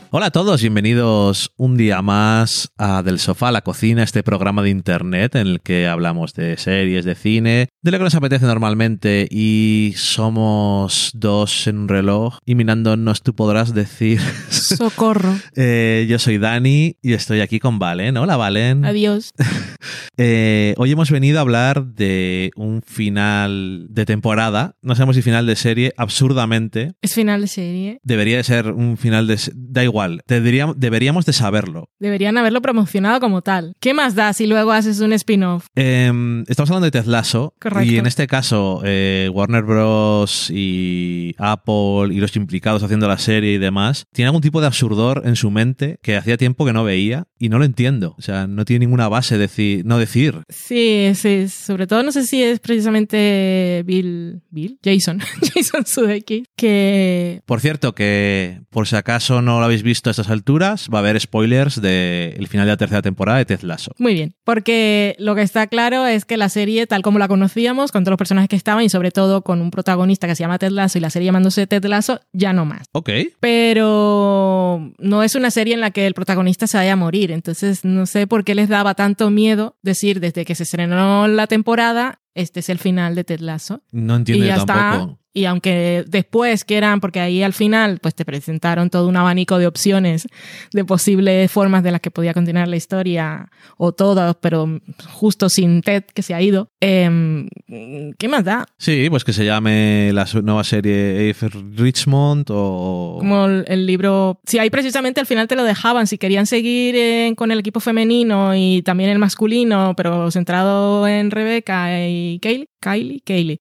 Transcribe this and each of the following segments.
Hola a todos, bienvenidos un día más a Del Sofá a la Cocina, este programa de internet en el que hablamos de series, de cine, de lo que nos apetece normalmente, y somos dos en un reloj y mirándonos tú podrás decir... ¡Socorro! Yo soy Dani y estoy aquí con Valen. Hola, Valen. Adiós. Hoy hemos venido a hablar de un final de temporada, no sabemos si final de serie, absurdamente. Es final de serie. Debería de ser un final de... Da igual, deberíamos de saberlo. Deberían haberlo promocionado como tal. ¿Qué más da si luego haces un spin-off? Estamos hablando de Ted Lasso. Correcto. Y en este caso Warner Bros. Y Apple y los implicados haciendo la serie y demás tienen algún tipo de absurdor en su mente que hacía tiempo que no veía y no lo entiendo. O sea, no tiene ninguna base no decir. Sí, sobre todo no sé si es precisamente Jason Sudeikis, que... Por cierto, que por si acaso no lo habéis visto a estas alturas, va a haber spoilers del final de la tercera temporada de Ted Lasso. Muy bien, porque lo que está claro es que la serie, tal como la conocíamos, con todos los personajes que estaban y sobre todo con un protagonista que se llama Ted Lasso y la serie llamándose Ted Lasso, ya no más. Ok. Pero no es una serie en la que el protagonista se vaya a morir, entonces no sé por qué les daba tanto miedo decir desde que se estrenó la temporada, este es el final de Ted Lasso. No entiendo yo tampoco. Y aunque después quieran, porque ahí al final pues te presentaron todo un abanico de opciones de posibles formas de las que podía continuar la historia, o todas, pero justo sin Ted, que se ha ido, ¿qué más da? Sí, pues que se llame la nueva serie F. Richmond o... Como el libro... Sí, ahí precisamente al final te lo dejaban, si querían seguir con el equipo femenino y también el masculino, pero centrado en Rebecca y Kylie,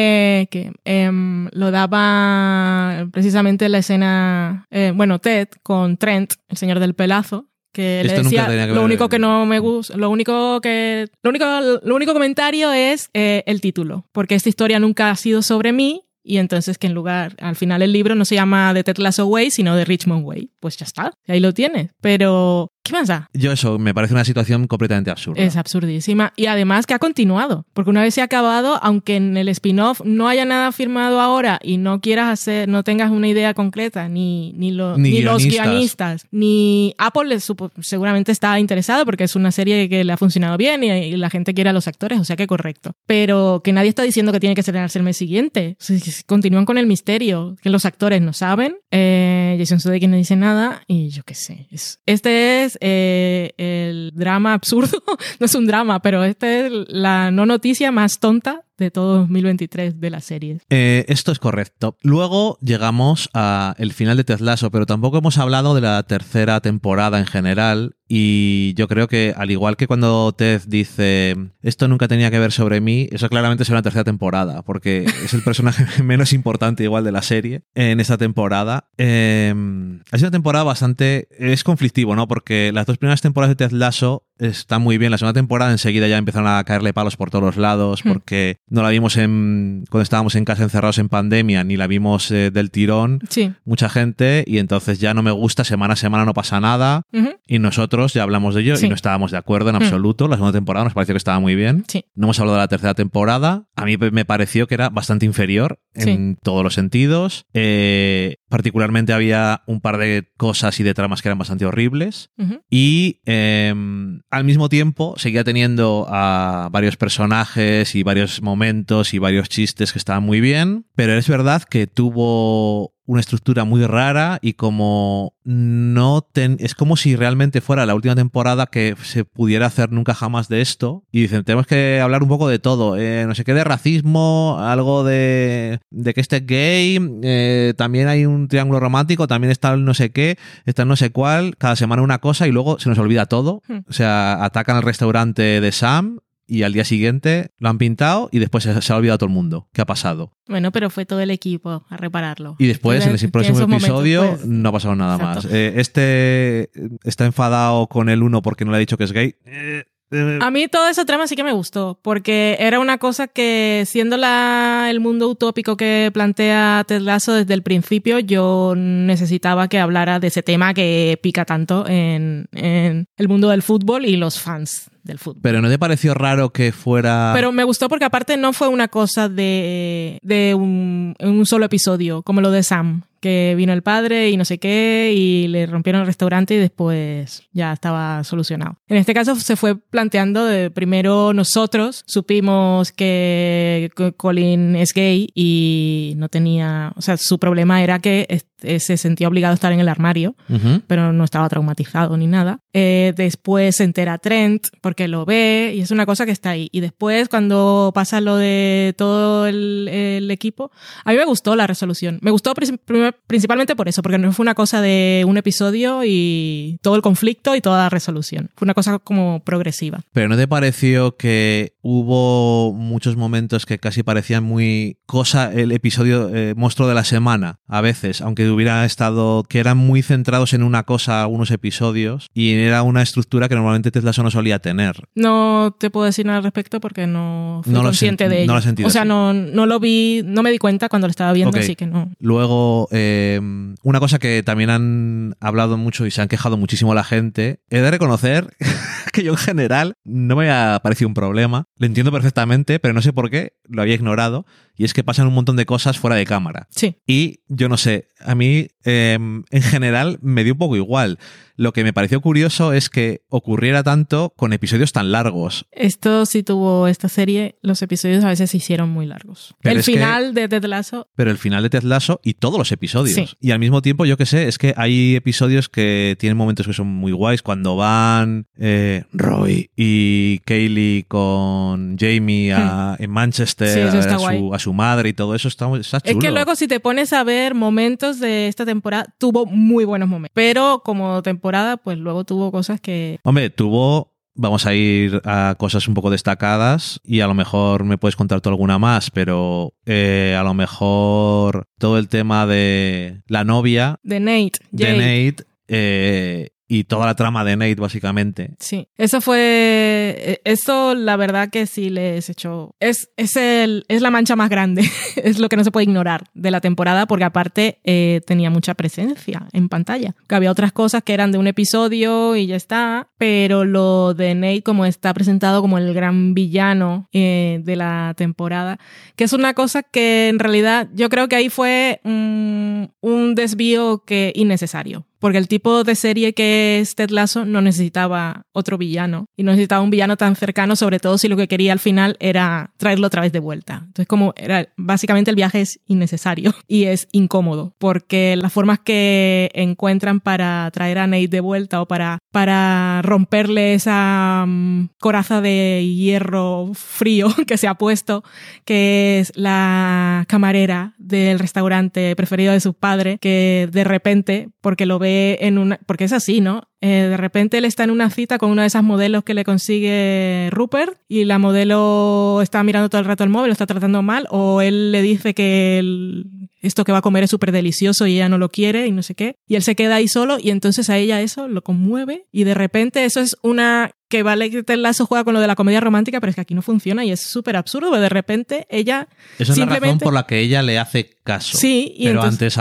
lo daba precisamente la escsa, Ted con Trent, el señor del pelazo, que esto le decía, que lo único que no me gusta, lo único comentario es el título, porque esta historia nunca ha sido sobre mí. Y entonces que en lugar, al final el libro no se llama The Ted Lasso Way, sino The Richmond Way. Pues ya está, ahí lo tienes. Pero, ¿qué más da? Eso, me parece una situación completamente absurda. Es absurdísima. Y además que ha continuado. Porque una vez se ha acabado, aunque en el spin-off no haya nada firmado ahora y no quieras no tengas una idea concreta, ni los guionistas, ni Apple seguramente está interesado porque es una serie que le ha funcionado bien y la gente quiere a los actores, o sea que correcto. Pero que nadie está diciendo que tiene que estrenarse el mes siguiente. Continúan con el misterio, que los actores no saben, Jason Sudeikis no dice nada y yo qué sé. Este es el drama absurdo, no es un drama, pero esta es la no noticia más tonta de todo 2023 de la serie. Esto es correcto. Luego llegamos al final de Ted Lasso, pero tampoco hemos hablado de la tercera temporada en general, y yo creo que al igual que cuando Ted dice esto nunca tenía que ver sobre mí, eso claramente es una tercera temporada, porque es el personaje menos importante igual de la serie en esta temporada. Ha sido una temporada bastante... Es conflictivo, ¿no? Porque las dos primeras temporadas de Ted Lasso están muy bien. La segunda temporada enseguida ya empezaron a caerle palos por todos los lados, porque no la vimos cuando estábamos en casa encerrados en pandemia, ni la vimos del tirón, sí. Mucha gente, y entonces ya no me gusta, semana a semana no pasa nada, y nosotros ya hablamos de ello, sí. Y no estábamos de acuerdo en absoluto. La segunda temporada nos pareció que estaba muy bien, sí. No hemos hablado de la tercera temporada, a mí me pareció que era bastante inferior en todos los sentidos, particularmente había un par de cosas y de tramas que eran bastante horribles, y al mismo tiempo seguía teniendo a varios personajes y varios momentos y varios chistes que estaban muy bien, pero es verdad que tuvo una estructura muy rara y como es como si realmente fuera la última temporada que se pudiera hacer nunca jamás de esto, y dicen, tenemos que hablar un poco de todo, no sé qué, de racismo, algo de que este es gay, también hay un triángulo romántico, también está el no sé qué, está el no sé cuál, cada semana una cosa y luego se nos olvida todo. O sea, atacan al restaurante de Sam y al día siguiente lo han pintado y después se ha olvidado todo el mundo. ¿Qué ha pasado? Bueno, pero fue todo el equipo a repararlo. Y después, en el próximo episodio, momentos, pues, no ha pasado nada más. Este está enfadado con el uno porque no le ha dicho que es gay. A mí toda esa trama sí que me gustó, porque era una cosa que, siendo el mundo utópico que plantea Ted Lasso desde el principio, yo necesitaba que hablara de ese tema que pica tanto en el mundo del fútbol y los fans del fútbol. Pero ¿no te pareció raro que fuera...? Pero me gustó porque aparte no fue una cosa de un solo episodio, como lo de Sam, que vino el padre y no sé qué y le rompieron el restaurante y después ya estaba solucionado. En este caso se fue planteando de primero nosotros supimos que Colin es gay y no tenía, o sea, su problema era que se sentía obligado a estar en el armario, pero no estaba traumatizado ni nada. Después se entera Trent porque lo ve y es una cosa que está ahí. Y después cuando pasa lo de todo el equipo, a mí me gustó la resolución. Me gustó principalmente por eso, porque no fue una cosa de un episodio y todo el conflicto y toda la resolución. Fue una cosa como progresiva. ¿Pero no te pareció que hubo muchos momentos que casi parecían muy el episodio monstruo de la semana a veces, aunque hubiera estado, que eran muy centrados en una cosa algunos episodios y era una estructura que normalmente Ted Lasso no solía tener? No te puedo decir nada al respecto porque no fui consciente de ello. No lo sentí. O sea, no lo vi, no me di cuenta cuando lo estaba viendo, así que no. Luego, una cosa que también han hablado mucho y se han quejado muchísimo la gente, he de reconocer que yo en general no me ha parecido un problema, lo entiendo perfectamente, pero no sé por qué lo había ignorado, y es que pasan un montón de cosas fuera de cámara. Sí. Y yo no sé, a mí en general me dio un poco igual. Lo que me pareció curioso es que ocurriera tanto con episodios tan largos. Esto sí tuvo esta serie, los episodios a veces se hicieron muy largos. Pero el final de Ted Lasso. Pero el final de Ted Lasso y todos los episodios. Sí. Y al mismo tiempo, yo qué sé, es que hay episodios que tienen momentos que son muy guays. Cuando van Roy y Kaylee con Jamie en Manchester, sí, eso está guay. A su madre y todo eso, está chulo. Es que luego si te pones a ver momentos de esta temporada, tuvo muy buenos momentos. Pero como temporada, pues luego tuvo cosas que... Hombre, vamos a ir a cosas un poco destacadas y a lo mejor me puedes contar tú alguna más, pero a lo mejor todo el tema de la novia de Nate, y toda la trama de Nate, básicamente. Sí, eso la verdad que sí les echó... Es la mancha más grande, es lo que no se puede ignorar de la temporada, porque aparte tenía mucha presencia en pantalla. Que había otras cosas que eran de un episodio y ya está, pero lo de Nate como está presentado como el gran villano de la temporada, que es una cosa que en realidad yo creo que ahí fue un desvío innecesario. Porque el tipo de serie que es Ted Lasso no necesitaba otro villano. Y no necesitaba un villano tan cercano, sobre todo si lo que quería al final era traerlo otra vez de vuelta. Entonces, básicamente el viaje es innecesario y es incómodo. Porque las formas que encuentran para traer a Nate de vuelta o para romperle esa coraza de hierro frío que se ha puesto, que es la camarera del restaurante preferido de su padre, que de repente, porque lo ve porque es así, ¿no? De repente él está en una cita con una de esas modelos que le consigue Rupert y la modelo está mirando todo el rato el móvil, lo está tratando mal, o él le dice que esto que va a comer es súper delicioso y ella no lo quiere y no sé qué, y él se queda ahí solo y entonces a ella eso lo conmueve y de repente eso es que vale que Ted Lasso juega con lo de la comedia romántica, pero es que aquí no funciona y es súper absurdo, porque de repente ella Esa es la razón por la que ella le hace caso. Sí. Pero antes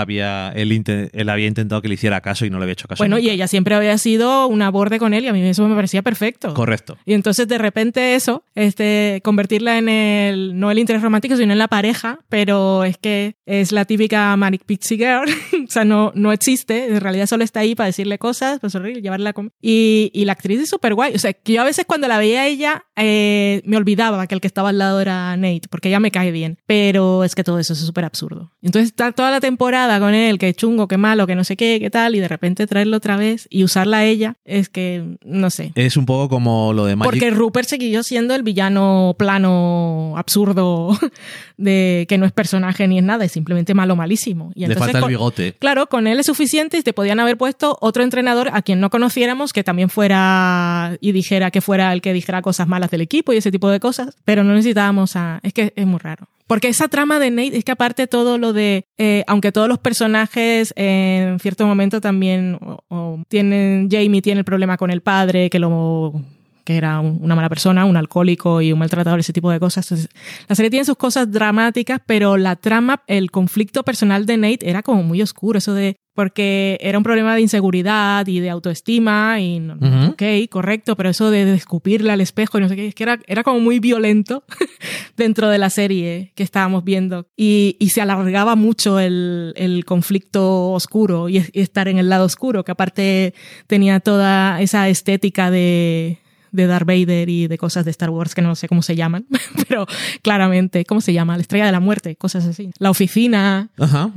él había intentado que le hiciera caso y no le había hecho caso. Bueno, nunca. Y ella siempre había sido una borde con él y a mí eso me parecía perfecto. Correcto. Y entonces de repente eso, convertirla en no el interés romántico, sino en la pareja, pero es que es la típica Manic Pixie Girl, o sea, no existe, en realidad solo está ahí para decirle cosas, pues horrible, llevarla a comer. Y la actriz es súper guay, o sea, que yo a veces cuando la veía a ella me olvidaba que el que estaba al lado era Nate, porque ella me cae bien, pero es que todo eso es súper absurdo. Entonces está toda la temporada con él, que chungo, que malo, que no sé qué tal, y de repente traerlo otra vez y usarla a ella, es que, no sé. Es un poco como lo de Magic. Porque Rupert siguió siendo el villano plano, absurdo, de que no es personaje ni es nada, es simplemente malo, malísimo. Y entonces, le falta el bigote. Claro, con él es suficiente y te podían haber puesto otro entrenador a quien no conociéramos, que también fuera y dijera que fuera el que dijera cosas malas del equipo y ese tipo de cosas, pero no necesitábamos es que es muy raro. Porque esa trama de Nate, es que aparte todo lo de, aunque todos los personajes en cierto momento también, Jamie tiene el problema con el padre, que lo que era una mala persona, un alcohólico y un maltratador, ese tipo de cosas. Entonces, la serie tiene sus cosas dramáticas, pero la trama, el conflicto personal de Nate era como muy oscuro, eso de porque era un problema de inseguridad y de autoestima y ok, correcto, pero eso de escupirle al espejo y no sé qué, es que era como muy violento dentro de la serie que estábamos viendo y se alargaba mucho el conflicto oscuro y estar en el lado oscuro, que aparte tenía toda esa estética de Darth Vader y de cosas de Star Wars que no sé cómo se llaman, pero claramente, ¿cómo se llama? La Estrella de la Muerte, cosas así. La oficina,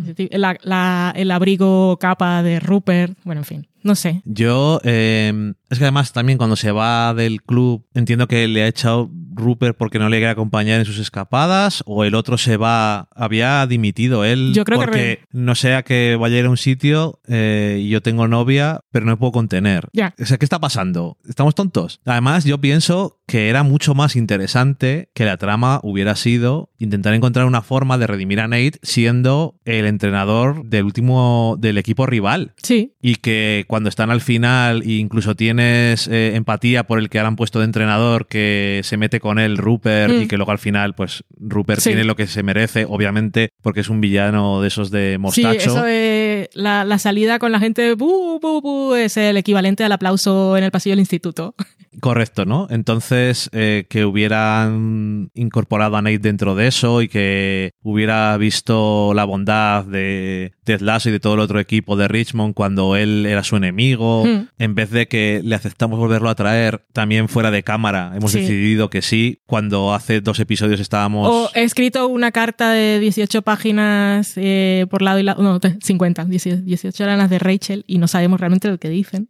el abrigo capa de Rupert, bueno, en fin. No sé. Yo, es que además también cuando se va del club, entiendo que le ha echado Rupert porque no le quiere acompañar en sus escapadas, o el otro se va, había dimitido él. Yo creo porque no sea que vaya a ir a un sitio y yo tengo novia, pero no me puedo contener. Yeah. O sea, ¿qué está pasando? ¿Estamos tontos? Además, yo pienso que era mucho más interesante que la trama hubiera sido intentar encontrar una forma de redimir a Nate siendo el entrenador del equipo rival. Sí. Y que cuando están al final e incluso tienes empatía por el que ahora han puesto de entrenador, que se mete con él Rupert y que luego al final pues Rupert tiene lo que se merece, obviamente, porque es un villano de esos de mostacho. Sí, eso de la salida con la gente bu, bu, bu, es el equivalente al aplauso en el pasillo del instituto. Correcto, ¿no? Entonces, que hubieran incorporado a Nate dentro de eso y que hubiera visto la bondad de Ted Lasso y de todo el otro equipo de Richmond cuando él era su enemigo, en vez de que le aceptamos volverlo a traer también fuera de cámara. Hemos decidido que sí, cuando hace 2 episodios estábamos... O he escrito una carta de 18 páginas por lado y lado, no, 50, 18 eran las de Rachel y no sabemos realmente lo que dicen.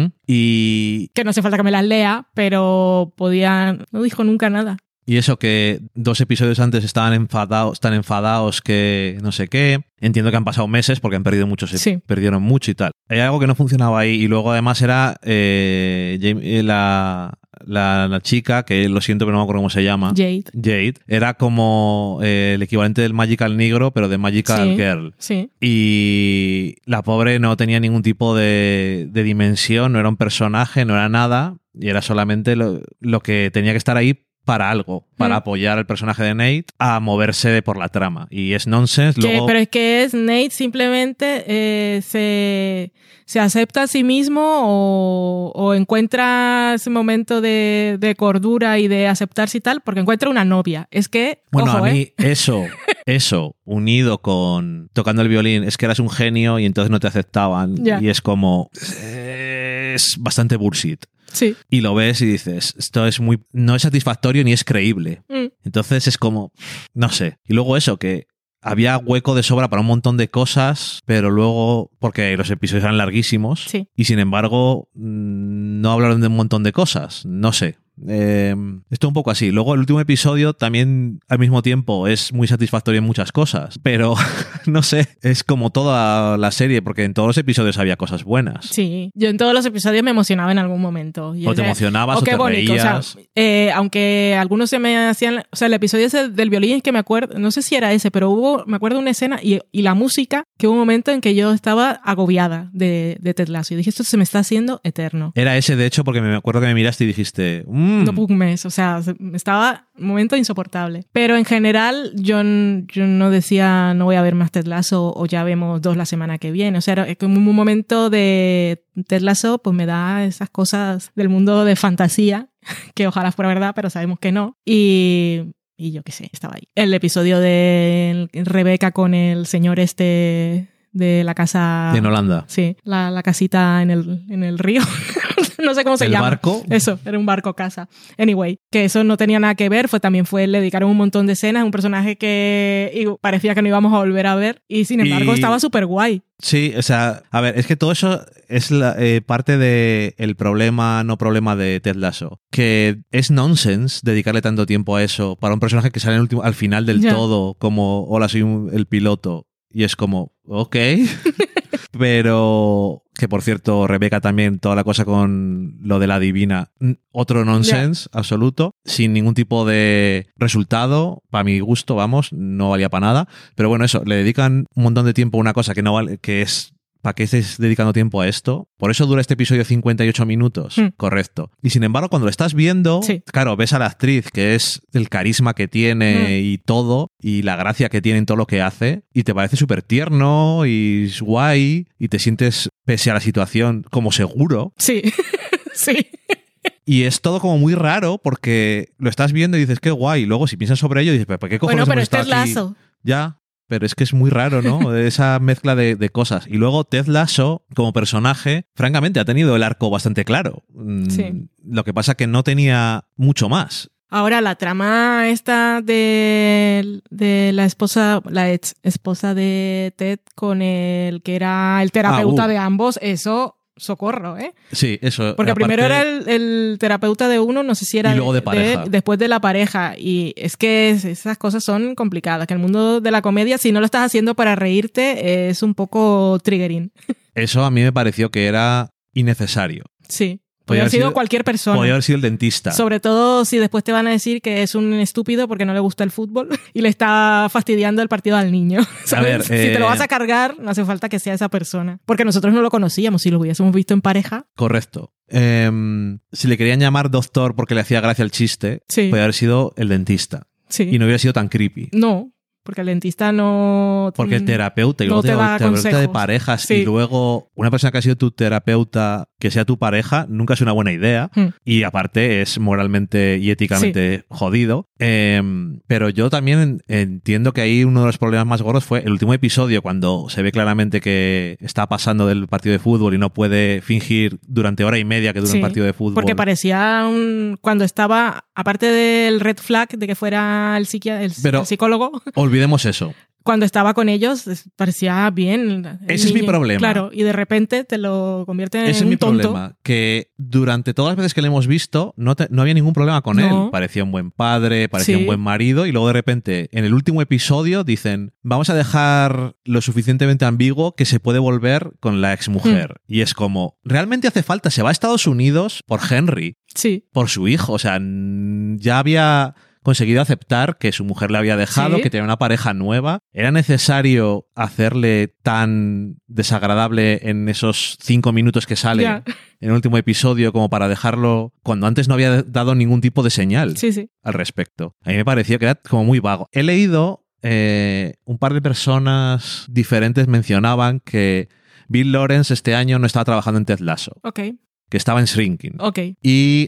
Y que no hace falta que me las lea, pero no dijo nunca nada. Y eso que 2 episodios antes estaban tan enfadados que no sé qué. Entiendo que han pasado meses porque han perdido mucho, perdieron mucho y tal. Hay algo que no funcionaba ahí y luego además era la chica, que lo siento pero no me acuerdo cómo se llama. Jade. Era como el equivalente del Magical Negro, pero de Magical Girl. Sí. Y la pobre no tenía ningún tipo de dimensión, no era un personaje, no era nada. Y era solamente lo que tenía que estar ahí para algo, para apoyar al personaje de Nate a moverse por la trama. Y es nonsense. Luego... Pero es que Nate simplemente se acepta a sí mismo o encuentra ese momento de cordura y de aceptarse y tal, porque encuentra una novia. Es que, bueno, ojo, a mí eso, unido con tocando el violín, es que eras un genio y entonces no te aceptaban. Y es como... es bastante bullshit. Sí. Y lo ves y dices, esto no es satisfactorio ni es creíble. Entonces es como, no sé. Y luego eso, que había hueco de sobra para un montón de cosas, pero luego, porque los episodios eran larguísimos, y sin embargo no hablaron de un montón de cosas. No sé. Esto un poco así. Luego el último episodio también al mismo tiempo es muy satisfactorio en muchas cosas, pero no sé, es como toda la serie, porque en todos los episodios había cosas buenas. Sí, yo en todos los episodios me emocionaba en algún momento. O te emocionabas o te reías. O sea, aunque algunos se me hacían... O sea, el episodio ese del violín es que me acuerdo, no sé si era ese, pero me acuerdo de una escena y la música, que hubo un momento en que yo estaba agobiada de Ted Lasso y dije, esto se me está haciendo eterno. Era ese, de hecho, porque me acuerdo que me miraste y dijiste... No pude un mes, o sea, estaba un momento insoportable. Pero en general yo no decía no voy a ver más Ted Lasso o ya vemos 2 la semana que viene. O sea, era como un momento de Ted Lasso, pues me da esas cosas del mundo de fantasía, que ojalá fuera verdad, pero sabemos que no. Y yo qué sé, estaba ahí. El episodio de Rebeca con el señor de la casa... En Holanda. Sí, la casita en el río. No sé cómo se llama. ¿El barco? Eso, era un barco casa. Anyway, que eso no tenía nada que ver, le dedicaron un montón de escenas, un personaje que parecía que no íbamos a volver a ver y sin embargo estaba súper guay. Sí, o sea, a ver, es que todo eso es parte del problema de Ted Lasso, que es nonsense dedicarle tanto tiempo a eso para un personaje que sale al final del todo, como hola, soy el piloto, y es como, ok. Pero, que por cierto, Rebeca también, toda la cosa con lo de la divina, otro nonsense absoluto, sin ningún tipo de resultado, para mi gusto, vamos, no valía para nada. Pero bueno, eso, le dedican un montón de tiempo a una cosa que no vale, que es ¿para qué estés dedicando tiempo a esto? Por eso dura este episodio 58 minutos. Correcto. Y sin embargo, cuando lo estás viendo, claro, ves a la actriz, que es el carisma que tiene y todo, y la gracia que tiene en todo lo que hace, y te parece súper tierno y guay, y te sientes, pese a la situación, como seguro. Sí, sí. Y es todo como muy raro porque lo estás viendo y dices, qué guay. Y luego si piensas sobre ello dices, ¿pero qué cojones hemos estado aquí? Bueno, pero Ted Lasso. Ya, pero es que es muy raro, ¿no? Esa mezcla de cosas. Y luego Ted Lasso, como personaje, francamente ha tenido el arco bastante claro. Sí. Lo que pasa que no tenía mucho más. Ahora, la trama esta de la esposa, la ex esposa de Ted con el que era el terapeuta de ambos, eso... Socorro, ¿eh? Sí, eso. Porque aparte, primero era el terapeuta de uno, no sé si era y luego de pareja. Después de la pareja. Y es que esas cosas son complicadas. Que el mundo de la comedia, si no lo estás haciendo para reírte, es un poco triggering. Eso a mí me pareció que era innecesario. Sí. Podría haber sido cualquier persona. Podría haber sido el dentista. Sobre todo si después te van a decir que es un estúpido porque no le gusta el fútbol y le está fastidiando el partido al niño. ¿Sabes? A ver, si te lo vas a cargar, no hace falta que sea esa persona. Porque nosotros no lo conocíamos. Si lo hubiésemos visto en pareja. Correcto. Si le querían llamar doctor porque le hacía gracia el chiste, podría haber sido el dentista. Sí. Y no hubiera sido tan creepy. No. Porque el dentista no... Porque el terapeuta, y luego terapeuta de parejas, y luego una persona que ha sido tu terapeuta, que sea tu pareja, nunca es una buena idea. Y aparte es moralmente y éticamente jodido. Pero yo también entiendo que ahí uno de los problemas más gordos fue el último episodio, cuando se ve claramente que está pasando del partido de fútbol y no puede fingir durante hora y media que dura un partido de fútbol. Porque parecía cuando estaba, aparte del red flag de que fuera el psicólogo... Olvidemos eso. Cuando estaba con ellos parecía bien. Ese es mi problema. Claro, y de repente te lo convierten en un tonto. Ese es mi problema, que durante todas las veces que le hemos visto no había ningún problema con él. Parecía un buen padre, parecía un buen marido, y luego de repente en el último episodio dicen, vamos a dejar lo suficientemente ambiguo que se puede volver con la exmujer. Y es como, ¿realmente hace falta? Se va a Estados Unidos por Henry. Sí. Por su hijo. O sea, ya había... conseguido aceptar que su mujer le había dejado, que tenía una pareja nueva. ¿Era necesario hacerle tan desagradable en esos 5 minutos que sale en el último episodio como para dejarlo cuando antes no había dado ningún tipo de señal al respecto? A mí me pareció que era como muy vago. He leído un par de personas diferentes mencionaban que Bill Lawrence este año no estaba trabajando en Ted Lasso. Que estaba en Shrinking. Y...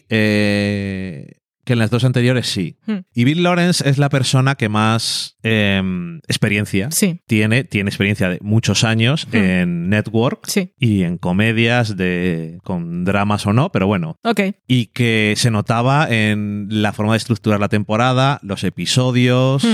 que en las dos anteriores sí. Y Bill Lawrence es la persona que más experiencia tiene experiencia de muchos años en network y en comedias con dramas o no, pero bueno. Y que se notaba en la forma de estructurar la temporada, los episodios...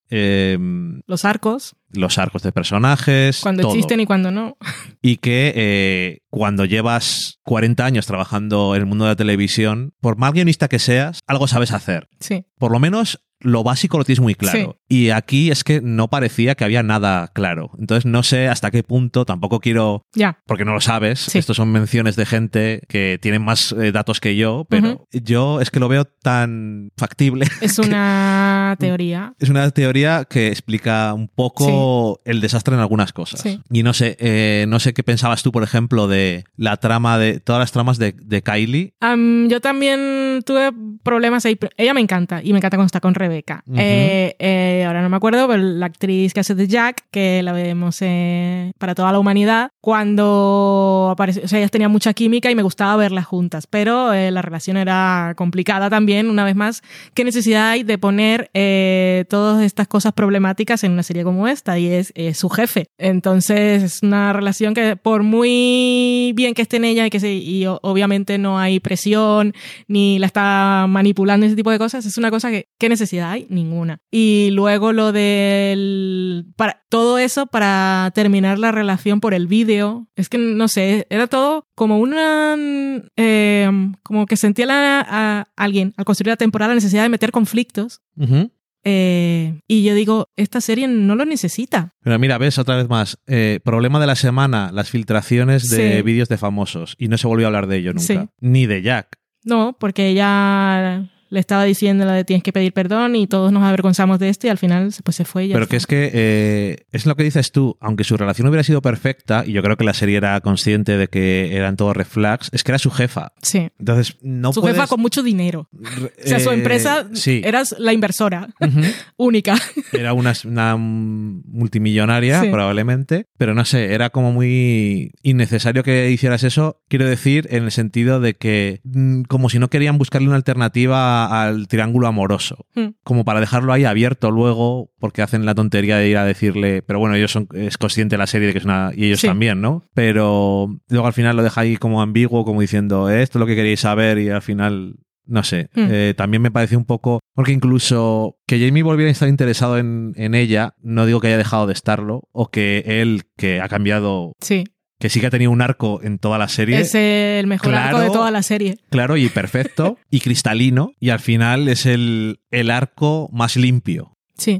los arcos. Los arcos de personajes. Cuando existen y cuando no. Y que cuando llevas 40 años trabajando en el mundo de la televisión, por más guionista que seas, algo sabes hacer. Sí. Por lo menos lo básico lo tienes muy claro. Y aquí es que no parecía que había nada claro. Entonces no sé hasta qué punto, tampoco quiero... Porque no lo sabes. Estos son menciones de gente que tienen más datos que yo, pero yo es que lo veo tan factible. Es una teoría. Es una teoría que explica un poco el desastre en algunas cosas. Y no sé qué pensabas tú, por ejemplo, de la trama de todas las tramas de Kylie. Yo también tuve problemas ahí. Ella me encanta, y me encanta cuando está con Rebeca. Ahora no me acuerdo, pero la actriz que hace de Jack, que la vemos para toda la humanidad, cuando apareció, o sea, ellas tenían mucha química y me gustaba verlas juntas, pero la relación era complicada también, una vez más. ¿Qué necesidad hay de poner todas estas cosas problemáticas en una serie como esta? Y es su jefe. Entonces es una relación que, por muy bien que esté en ella y obviamente no hay presión ni la está manipulando, ese tipo de cosas, es una cosa que ¿qué necesidad hay? Ninguna. Y luego lo todo eso para terminar la relación por el vídeo, es que no sé, era todo como como que sentía a alguien al construir la temporada la necesidad de meter conflictos. Y yo digo, esta serie no lo necesita. Pero mira, ves otra vez más, problema de la semana, las filtraciones de vídeos de famosos, y no se volvió a hablar de ello nunca, ni de Jack. No, porque ella le estaba diciendo la de tienes que pedir perdón y todos nos avergonzamos de esto y al final pues se fue y ya Pero está. que es que es lo que dices tú, aunque su relación hubiera sido perfecta, y yo creo que la serie era consciente de que eran todos red flags, es que era su jefa. Sí. Entonces no su puedes... jefa con mucho dinero. O sea, su empresa sí. era la inversora única. Era una multimillonaria, sí, probablemente, pero no sé, era como muy innecesario que hicieras eso, quiero decir, en el sentido de que como si no querían buscarle una alternativa al triángulo amoroso, como para dejarlo ahí abierto luego, porque hacen la tontería de ir a decirle, pero bueno, es consciente la serie de que es una... y ellos sí, también, ¿no? Pero luego al final lo deja ahí como ambiguo, como diciendo, esto es lo que queréis saber, y al final... No sé, también me pareció un poco... Porque incluso que Jamie volviera a estar interesado en ella, no digo que haya dejado de estarlo, o que él, que ha cambiado... Sí. Que sí que ha tenido un arco en toda la serie. Es el mejor arco de toda la serie. Claro, y perfecto, y cristalino, y al final es el arco más limpio. Sí.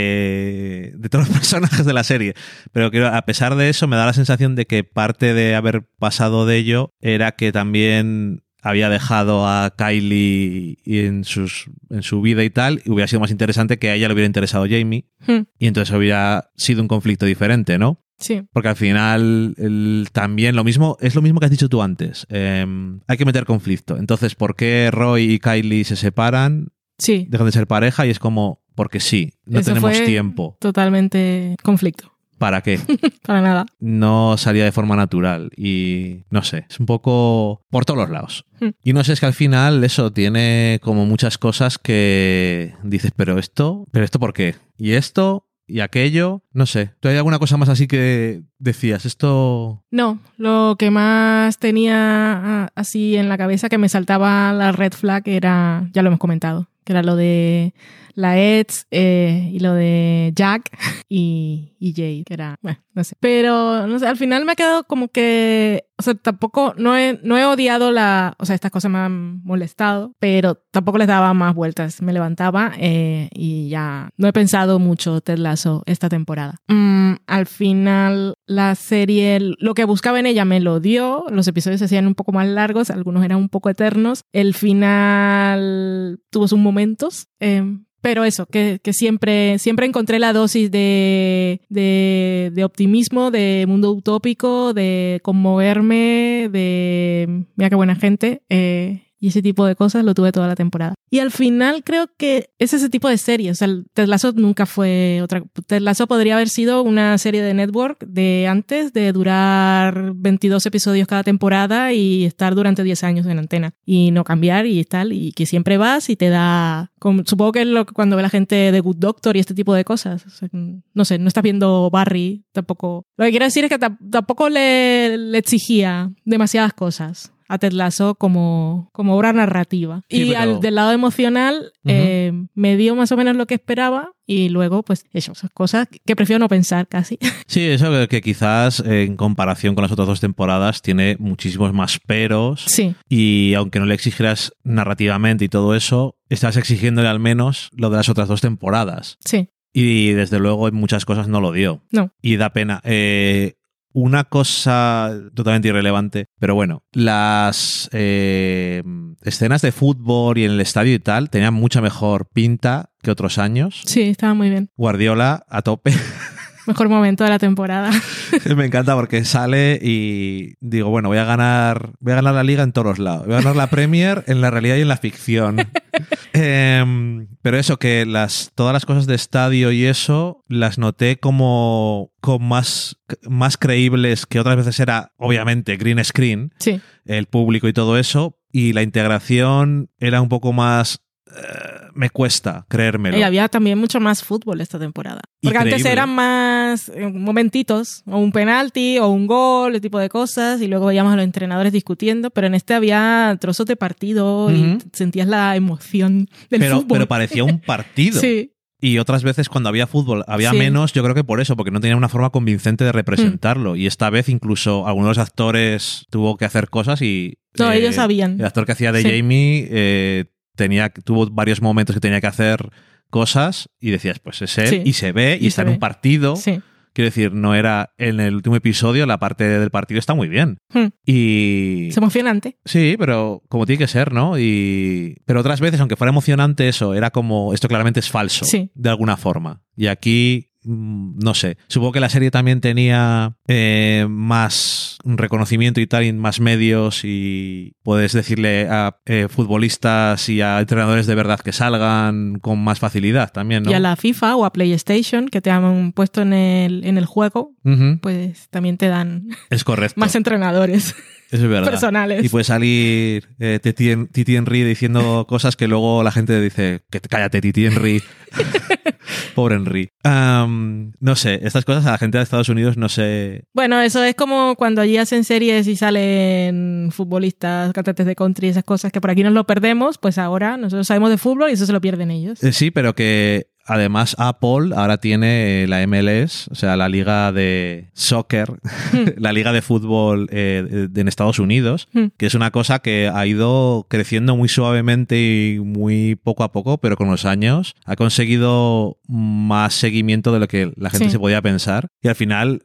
De todos los personajes de la serie. Pero que a pesar de eso me da la sensación de que parte de haber pasado de ello era que también... había dejado a Kylie en su vida y tal, y hubiera sido más interesante que a ella le hubiera interesado Jamie, y entonces hubiera sido un conflicto diferente, ¿no? Sí. Porque al final también es lo mismo que has dicho tú antes. Hay que meter conflicto. Entonces, ¿por qué Roy y Kylie se separan? Sí. Dejan de ser pareja y es como, porque sí, no eso tenemos fue tiempo. Totalmente conflicto. ¿Para qué? Para nada. No salía de forma natural y no sé, es un poco por todos los lados. Y no sé, es que al final eso tiene como muchas cosas que dices, ¿pero esto por qué? ¿Y esto? ¿Y aquello? No sé. ¿Tú hay alguna cosa más así que decías? Esto... No, lo que más tenía así en la cabeza que me saltaba la red flag era, ya lo hemos comentado, que era lo de la Eds y lo de Jack y Jade, que era, bueno, no sé. Pero, no sé, al final me ha quedado como que, o sea, tampoco, no he odiado o sea, estas cosas me han molestado, pero tampoco les daba más vueltas. Me levantaba y ya no he pensado mucho Ted Lasso esta temporada. Al final, la serie, lo que buscaba en ella me lo dio, los episodios se hacían un poco más largos, algunos eran un poco eternos. El final tuvo sus momentos, pero eso, que siempre encontré la dosis de optimismo, de mundo utópico, de conmoverme, de mira qué buena gente, y ese tipo de cosas lo tuve toda la temporada. Y al final creo que es ese tipo de serie. O sea, Ted Lasso nunca fue otra... Ted Lasso podría haber sido una serie de network de antes, de durar 22 episodios cada temporada y estar durante 10 años en antena. Y no cambiar y tal, y que siempre vas y te da... supongo que es cuando ve la gente de Good Doctor y este tipo de cosas. O sea, no sé, no estás viendo Barry tampoco. Lo que quiero decir es que tampoco le exigía demasiadas cosas a Ted Lasso como obra narrativa. Sí, y pero... del lado emocional me dio más o menos lo que esperaba y luego pues esas cosas que prefiero no pensar casi. Sí, eso que quizás en comparación con las otras 2 temporadas tiene muchísimos más peros. Sí. Y aunque no le exigieras narrativamente y todo eso, estás exigiéndole al menos lo de las otras 2 temporadas. Sí. Y desde luego en muchas cosas no lo dio. No. Y da pena. Una cosa totalmente irrelevante, pero bueno, las escenas de fútbol y en el estadio y tal tenían mucha mejor pinta que otros años. Sí, estaba muy bien. Guardiola a tope. Mejor momento de la temporada. Me encanta porque sale y digo, bueno, voy a ganar la Liga en todos los lados. Voy a ganar la Premier en la realidad y en la ficción. Pero eso, que todas las cosas de estadio y eso las noté como más creíbles, que otras veces era, obviamente, green screen, sí, el público y todo eso, y la integración era un poco más... me cuesta creérmelo. Y había también mucho más fútbol esta temporada. Porque increíble. Antes eran más momentitos, o un penalti, o un gol, ese tipo de cosas, y luego veíamos a los entrenadores discutiendo, pero en este había trozos de partido y sentías la emoción del fútbol. Pero parecía un partido. Sí. Y otras veces cuando había fútbol había menos, yo creo que por eso, porque no tenía una forma convincente de representarlo. Y esta vez incluso algunos actores tuvo que hacer cosas y... No, ellos sabían. El actor que hacía de Jamie... tuvo varios momentos que tenía que hacer cosas y decías, pues es él, y se ve, y está en un partido Quiero decir, no era en el último episodio, la parte del partido está muy bien. Y... es emocionante. Sí, pero como tiene que ser, ¿no? Pero otras veces, aunque fuera emocionante eso, era como, esto claramente es falso, de alguna forma. Y aquí... no sé, supongo que la serie también tenía más reconocimiento y tal, y más medios, y puedes decirle a futbolistas y a entrenadores de verdad que salgan con más facilidad también, ¿no? Y a la FIFA o a PlayStation, que te han puesto en el juego, pues también te dan es correcto. más entrenadores. Eso es verdad. Personales. Y puede salir Titi Henry diciendo cosas que luego la gente dice, que cállate, Titi Henry. Pobre Henry. No sé, estas cosas a la gente de Estados Unidos no sé... Bueno, eso es como cuando allí hacen series y salen futbolistas, cantantes de country, esas cosas que por aquí nos lo perdemos, pues ahora nosotros sabemos de fútbol y eso se lo pierden ellos. Sí, pero que... Además, Apple ahora tiene la MLS, o sea, la liga de soccer, la liga de fútbol en Estados Unidos, que es una cosa que ha ido creciendo muy suavemente y muy poco a poco, pero con los años ha conseguido más seguimiento de lo que la gente se podía pensar. Y al final,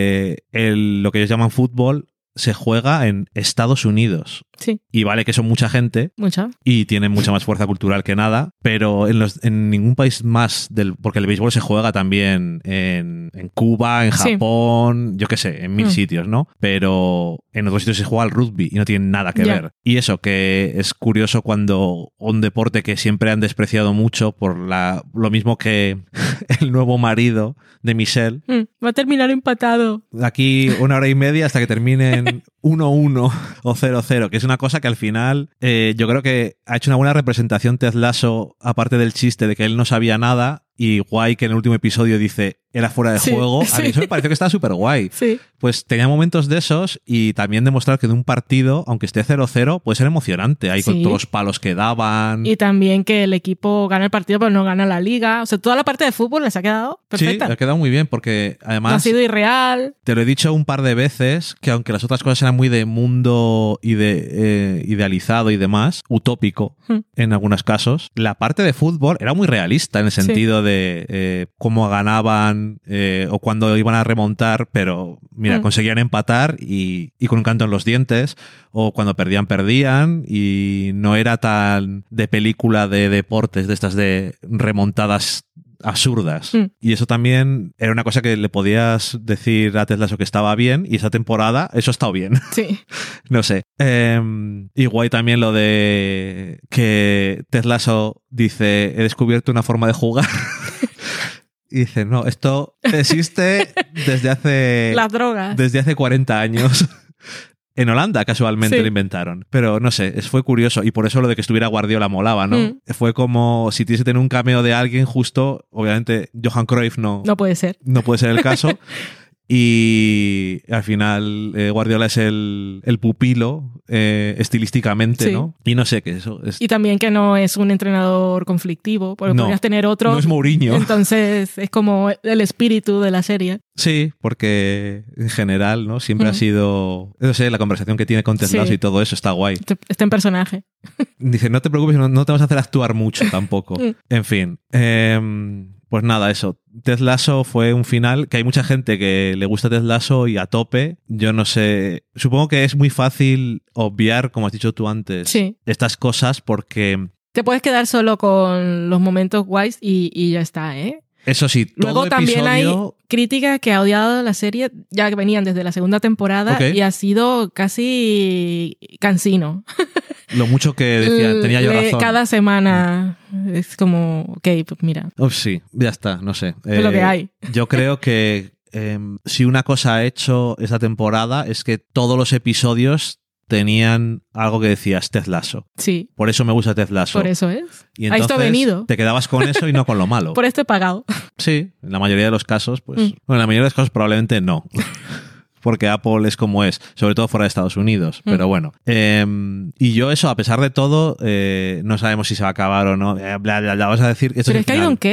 lo que ellos llaman fútbol se juega en Estados Unidos. Sí. Y vale que son mucha gente. Mucha. Y tienen mucha más fuerza cultural que nada, pero en ningún país más porque el béisbol se juega también en Cuba, en Japón, yo qué sé, en 1000 sitios, ¿no? Pero en otros sitios se juega al rugby y no tiene nada que ver. Y eso, que es curioso cuando un deporte que siempre han despreciado mucho por lo mismo que el nuevo marido de Michelle. Va a terminar empatado. Aquí 1 hora y media hasta que terminen 1-1 o 0-0, que es una cosa que al final yo creo que ha hecho una buena representación Ted Lasso, aparte del chiste de que él no sabía nada, y guay que en el último episodio dice era fuera de juego. A mí eso me pareció que estaba súper guay. Sí. Pues tenía momentos de esos y también demostrar que de un partido, aunque esté 0-0, puede ser emocionante. Ahí con todos los palos que daban. Y también que el equipo gana el partido pero no gana la liga. O sea, toda la parte de fútbol les ha quedado perfecta. Sí, ha quedado muy bien porque además... No ha sido irreal. Te lo he dicho un par de veces, que aunque las otras cosas eran muy de mundo y de idealizado y demás, utópico en algunos casos, la parte de fútbol era muy realista en el sentido de cómo ganaban o cuando iban a remontar, pero mira, conseguían empatar y con un canto en los dientes, o cuando perdían y no era tan de película de deportes, de estas de remontadas absurdas. Y eso también era una cosa que le podías decir a Ted Lasso que estaba bien, y esa temporada eso ha estado bien. Sí. No sé. Y guay también lo de que Ted Lasso dice, he descubierto una forma de jugar. Y dice, no, esto existe desde hace... Las drogas. Desde hace 40 años. En Holanda, casualmente, lo inventaron. Pero no sé, fue curioso. Y por eso lo de que estuviera Guardiola molaba, ¿no? Fue como si tuviese que tener un cameo de alguien justo. Obviamente, Johan Cruyff no puede ser. No puede ser el caso. Y al final Guardiola es el pupilo estilísticamente, ¿no? Y no sé qué eso es. Y también que no es un entrenador conflictivo, porque podrías tener otro. No es Mourinho. Entonces es como el espíritu de la serie. Sí, porque en general, ¿no? Siempre ha sido... No sé, la conversación que tiene con Ted Lasso y todo eso está guay. Está en personaje. Dice, no te preocupes, no te vas a hacer actuar mucho tampoco. En fin. Pues nada, eso. Ted Lasso fue un final que hay mucha gente que le gusta Ted Lasso y a tope. Yo no sé. Supongo que es muy fácil obviar, como has dicho tú antes, estas cosas porque... Te puedes quedar solo con los momentos guays y ya está, ¿eh? Eso sí, todo luego también hay críticas que ha odiado la serie, ya que venían desde la segunda temporada, y ha sido casi cansino. Lo mucho que decían, tenía yo razón. Cada semana es como, ok, pues mira. Sí, ya está, no sé. Es lo que hay. Yo creo que si una cosa ha hecho esta temporada es que todos los episodios tenían algo que decías Ted Lasso. Sí. Por eso me gusta Ted Lasso. Por eso es. Y entonces esto ha venido. Te quedabas con eso y no con lo malo. Por esto he pagado. Sí, en la mayoría de los casos, pues... Bueno, en la mayoría de los casos probablemente no. Porque Apple es como es, sobre todo fuera de Estados Unidos. Pero bueno. Y yo eso, a pesar de todo, no sabemos si se va a acabar o no. Bla, bla, bla, vas a decir... Pero es que I don't care.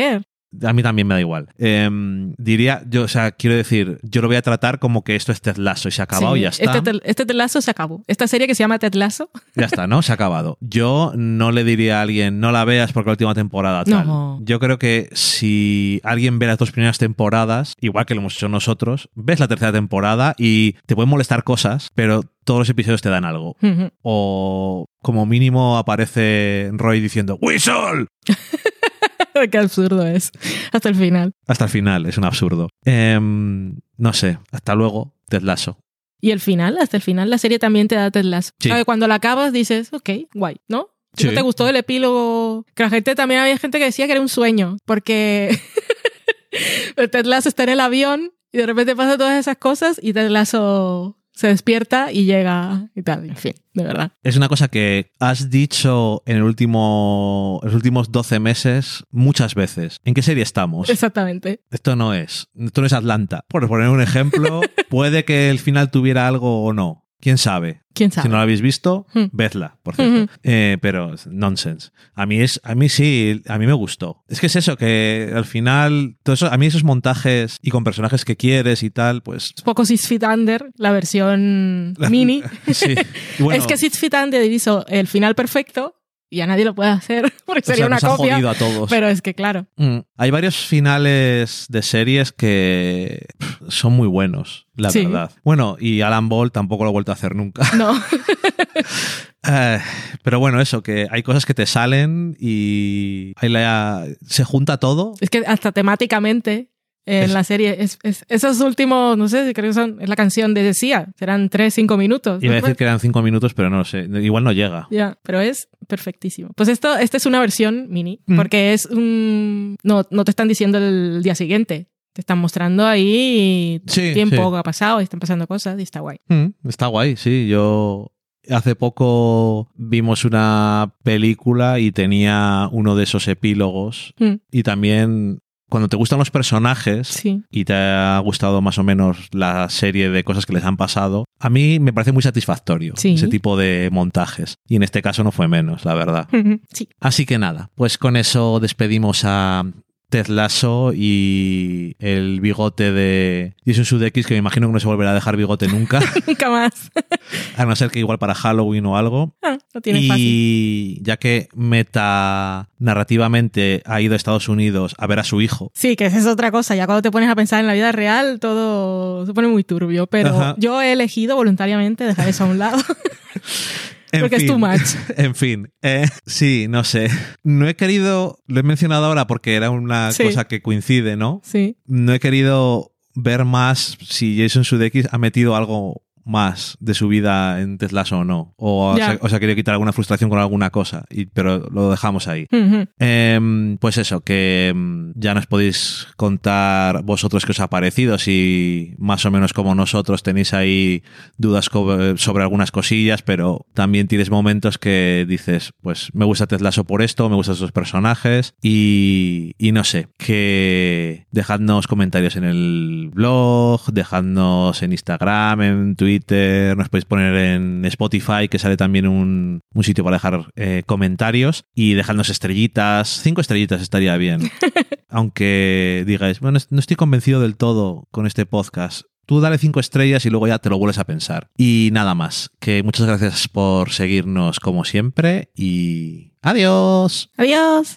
A mí también me da igual. Diría, yo, o sea, quiero decir, yo lo voy a tratar como que esto es Ted Lasso y se ha acabado y ya está. Este Ted Lasso se acabó. Esta serie que se llama Ted Lasso. Ya está, ¿no? Se ha acabado. Yo no le diría a alguien, no la veas porque la última temporada tal. No. Yo creo que si alguien ve las 2 primeras temporadas, igual que lo hemos hecho nosotros, ves la 3ª temporada y te pueden molestar cosas, pero todos los episodios te dan algo. Uh-huh. O como mínimo aparece Roy diciendo ¡Whistle! Qué absurdo es. Hasta el final. Hasta el final, es un absurdo. No sé, hasta luego, Ted Lasso. Y el final, hasta el final, la serie también te da Ted Lasso. Sí. Cuando la acabas dices, ok, guay, ¿no? Si no te gustó el epílogo, que la gente también había gente que decía que era un sueño, porque Ted Lasso está en el avión y de repente pasa todas esas cosas y Ted Lasso se despierta y llega y tal, en fin, de verdad. Es una cosa que has dicho en los últimos 12 meses muchas veces. ¿En qué serie estamos? Exactamente. Esto no es Atlanta. Por poner un ejemplo, puede que el final tuviera algo o no. ¿Quién sabe? ¿Quién sabe? Si no la habéis visto, vedla, por cierto. Pero nonsense. A mí sí, a mí me gustó. Es que es eso, que al final, todo eso, a mí esos montajes y con personajes que quieres y tal, pues... Un poco Six Feet Under, la versión mini. Sí. Bueno, es que Six Feet Under hizo el final perfecto y a nadie lo puede hacer porque sería una copia. Ha jodido a todos. Pero es que claro. Hay varios finales de series que son muy buenos, la verdad. Bueno, y Alan Ball tampoco lo he vuelto a hacer nunca. No. Pero bueno, eso, que hay cosas que te salen y se junta todo. Es que hasta temáticamente en la serie esos últimos, no sé, creo que es la canción de Sia, serán 3-5 minutos. Iba a decir que eran 5 minutos, pero no lo sé, igual no llega. Ya, pero es perfectísimo. Pues esta es una versión mini, porque no te están diciendo el día siguiente. Te están mostrando ahí tiempo que ha pasado y están pasando cosas y está guay. Está guay, sí. Yo hace poco vimos una película y tenía uno de esos epílogos y también cuando te gustan los personajes y te ha gustado más o menos la serie de cosas que les han pasado, a mí me parece muy satisfactorio ese tipo de montajes. Y en este caso no fue menos, la verdad. Sí. Así que nada, pues con eso despedimos a Ted Lasso y el bigote de Jason Sudeikis, que me imagino que no se volverá a dejar bigote nunca. Nunca más. A no ser que igual para Halloween o algo. Lo tiene fácil. Y ya que narrativamente ha ido a Estados Unidos a ver a su hijo. Sí, que esa es otra cosa. Ya cuando te pones a pensar en la vida real, todo se pone muy turbio. Pero yo he elegido voluntariamente dejar eso a un lado. Porque es too much. En fin. Sí, no sé. No he querido... Lo he mencionado ahora porque era una cosa que coincide, ¿no? Sí. No he querido ver más si Jason Sudeikis ha metido algo más de su vida en Ted Lasso o no. O se ha querido quitar alguna frustración con alguna cosa. Pero lo dejamos ahí. Pues eso, que ya nos podéis contar vosotros qué os ha parecido. Si más o menos como nosotros tenéis ahí dudas sobre algunas cosillas, pero también tienes momentos que dices, pues me gusta Ted Lasso por esto, me gustan estos personajes y no sé, que dejadnos comentarios en el blog, dejadnos en Instagram, en Twitter, nos podéis poner en Spotify, que sale también un sitio para dejar comentarios, y dejadnos estrellitas. 5 estrellitas estaría bien. Aunque digáis, bueno, no estoy convencido del todo con este podcast. Tú dale 5 estrellas y luego ya te lo vuelves a pensar. Y nada más, que muchas gracias por seguirnos como siempre y ¡adiós! ¡Adiós!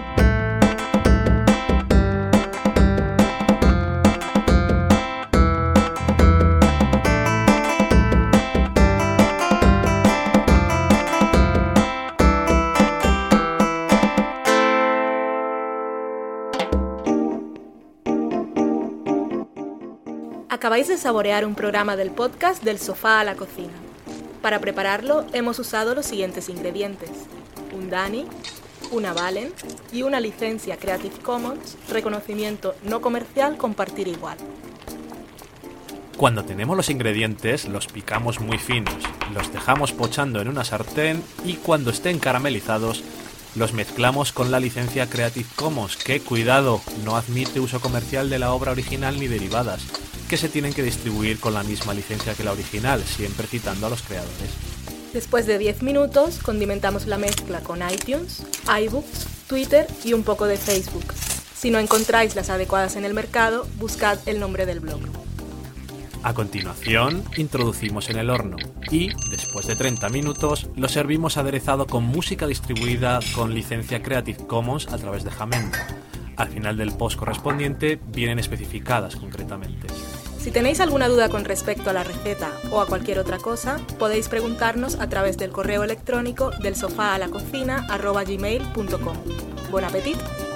Acabáis de saborear un programa del podcast Del Sofá a la Cocina. Para prepararlo hemos usado los siguientes ingredientes: un Dani, una Valen y una licencia Creative Commons, reconocimiento no comercial, compartir igual. Cuando tenemos los ingredientes los picamos muy finos, los dejamos pochando en una sartén y cuando estén caramelizados los mezclamos con la licencia Creative Commons, que, cuidado, no admite uso comercial de la obra original ni derivadas, que se tienen que distribuir con la misma licencia que la original, siempre citando a los creadores. Después de 10 minutos, condimentamos la mezcla con iTunes, iBooks, Twitter y un poco de Facebook. Si no encontráis las adecuadas en el mercado, buscad el nombre del blog. A continuación, introducimos en el horno y, después de 30 minutos, lo servimos aderezado con música distribuida con licencia Creative Commons a través de Jamendo. Al final del post correspondiente vienen especificadas concretamente. Si tenéis alguna duda con respecto a la receta o a cualquier otra cosa, podéis preguntarnos a través del correo electrónico del sofá a la cocina @gmail.com. ¡Buen apetito!